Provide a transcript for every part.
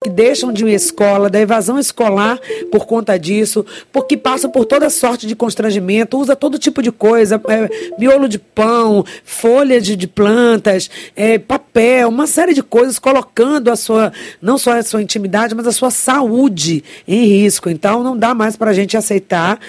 que deixam de ir à escola, da evasão escolar por conta disso, porque passam por toda sorte de constrangimento, usa todo tipo de coisa, miolo de pão, folha de plantas, papel, uma série de coisas, colocando não só a sua intimidade, mas a sua saúde em risco. Então, não dá mais para a gente aceitar,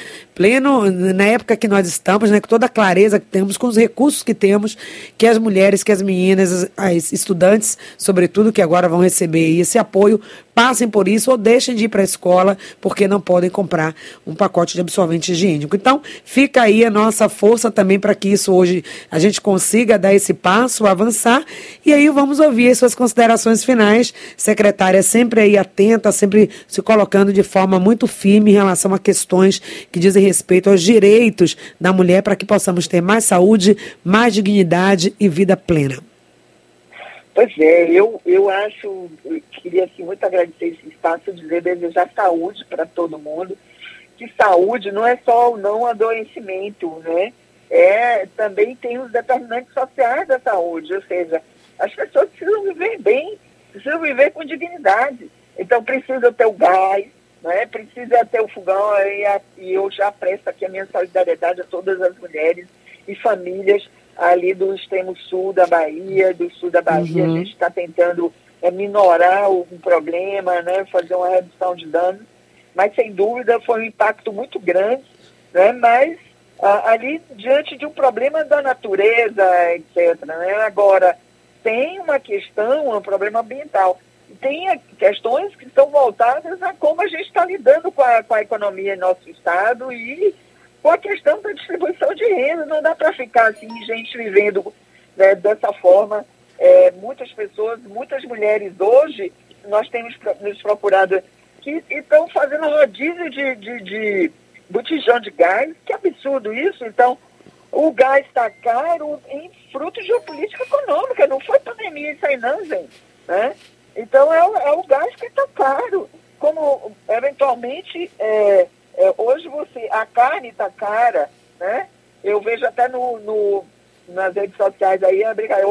na época que nós estamos, né, com toda a clareza que temos, com os recursos que temos, que as mulheres, que as meninas, as estudantes, sobretudo, que agora vão receber esse apoio, passem por isso ou deixem de ir para a escola porque não podem comprar um pacote de absorvente higiênico. Então, fica aí a nossa força também para que isso hoje a gente consiga dar esse passo, avançar. E aí vamos ouvir as suas considerações finais. Secretária sempre aí atenta, sempre se colocando de forma muito firme em relação a questões que dizem respeito aos direitos da mulher para que possamos ter mais saúde, mais dignidade e vida plena. Pois é, eu queria assim, muito agradecer esse espaço, desejar saúde para todo mundo, que saúde não é só o não adoecimento, né? Também tem os determinantes sociais da saúde, ou seja, as pessoas precisam viver bem, precisam viver com dignidade, então precisa ter o gás, né? Precisa ter o fogão, e eu já presto aqui a minha solidariedade a todas as mulheres e famílias ali do extremo sul da Bahia, a gente está tentando minorar um problema, né? Fazer uma redução de danos, mas sem dúvida foi um impacto muito grande, né? Mas ali diante de um problema da natureza, etc., né? Agora, tem uma questão, um problema ambiental. Tem questões que são voltadas a como a gente está lidando com a economia em nosso estado e com a questão da distribuição de renda. Não dá para ficar assim, gente vivendo, né, dessa forma. Muitas pessoas, muitas mulheres hoje, nós temos nos procurado, que estão fazendo rodízio de botijão de gás. Que absurdo isso. Então, o gás está caro em fruto de geopolítica econômica. Não foi pandemia isso aí não, gente, né? Então, é o gás que está caro. Como, eventualmente, hoje a carne está cara, né? Eu vejo até nas redes sociais aí,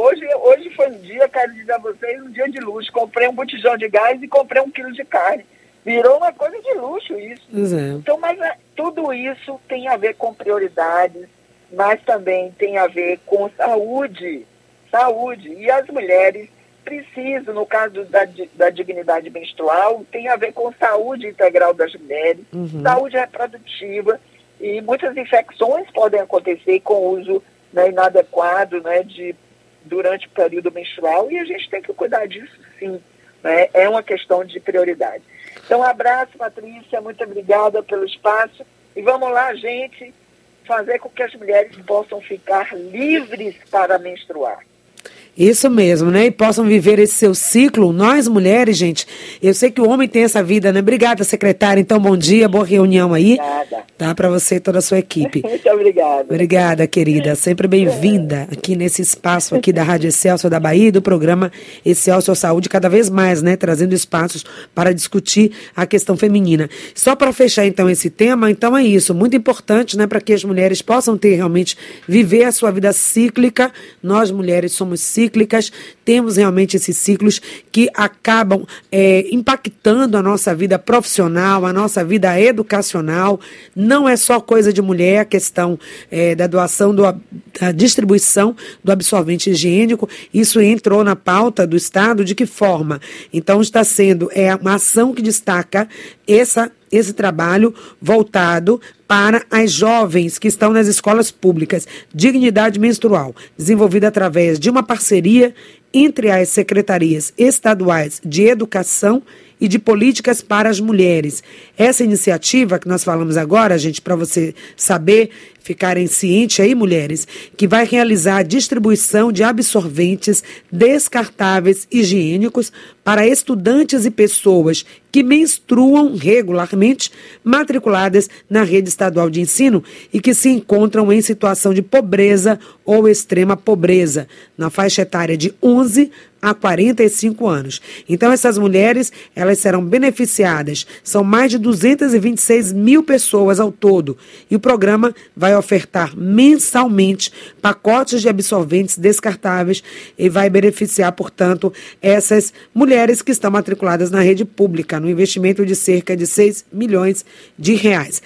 hoje foi um dia, quero dizer a vocês, um dia de luxo. Comprei um botijão de gás e comprei 1 quilo de carne. Virou uma coisa de luxo isso. Exato. Então, mas tudo isso tem a ver com prioridades, mas também tem a ver com saúde. Saúde. E as mulheres precisam, no caso da dignidade menstrual, tem a ver com saúde integral das mulheres, saúde reprodutiva, e muitas infecções podem acontecer com o uso, né, inadequado, né, durante o período menstrual, e a gente tem que cuidar disso, sim, né? É uma questão de prioridade. Então, abraço, Patrícia, muito obrigada pelo espaço, e vamos lá, gente, fazer com que as mulheres possam ficar livres para menstruar. Isso mesmo, né? E possam viver esse seu ciclo. Nós, mulheres, gente, eu sei que o homem tem essa vida, né? Obrigada, secretária. Então, bom dia, boa reunião aí. Obrigada. Tá, para você e toda a sua equipe. Muito obrigada. Obrigada, querida. Sempre bem-vinda aqui nesse espaço aqui da Rádio Excelsior da Bahia e do programa Excelsior Saúde, cada vez mais, né? Trazendo espaços para discutir a questão feminina. Só para fechar, então, esse tema, então é isso. Muito importante, né? Para que as mulheres possam ter realmente, viver a sua vida cíclica. Nós, mulheres, somos cíclicas, temos realmente esses ciclos que acabam impactando a nossa vida profissional, a nossa vida educacional. Não é só coisa de mulher a questão da doação, da distribuição do absorvente higiênico. Isso entrou na pauta do Estado. De que forma? Então, está sendo uma ação que destaca esse trabalho voltado para as jovens que estão nas escolas públicas. Dignidade menstrual, desenvolvida através de uma parceria entre as secretarias estaduais de educação e de políticas para as mulheres. Essa iniciativa que nós falamos agora, gente, para você saber, ficarem cientes aí, mulheres, que vai realizar a distribuição de absorventes descartáveis higiênicos para estudantes e pessoas que menstruam regularmente, matriculadas na rede estadual de ensino e que se encontram em situação de pobreza ou extrema pobreza, na faixa etária de 11 a 45 anos. Então, essas mulheres, elas serão beneficiadas. São mais de 226 mil pessoas ao todo. E o programa vai ofertar mensalmente pacotes de absorventes descartáveis e vai beneficiar, portanto, essas mulheres que estão matriculadas na rede pública, no investimento de cerca de 6 milhões de reais.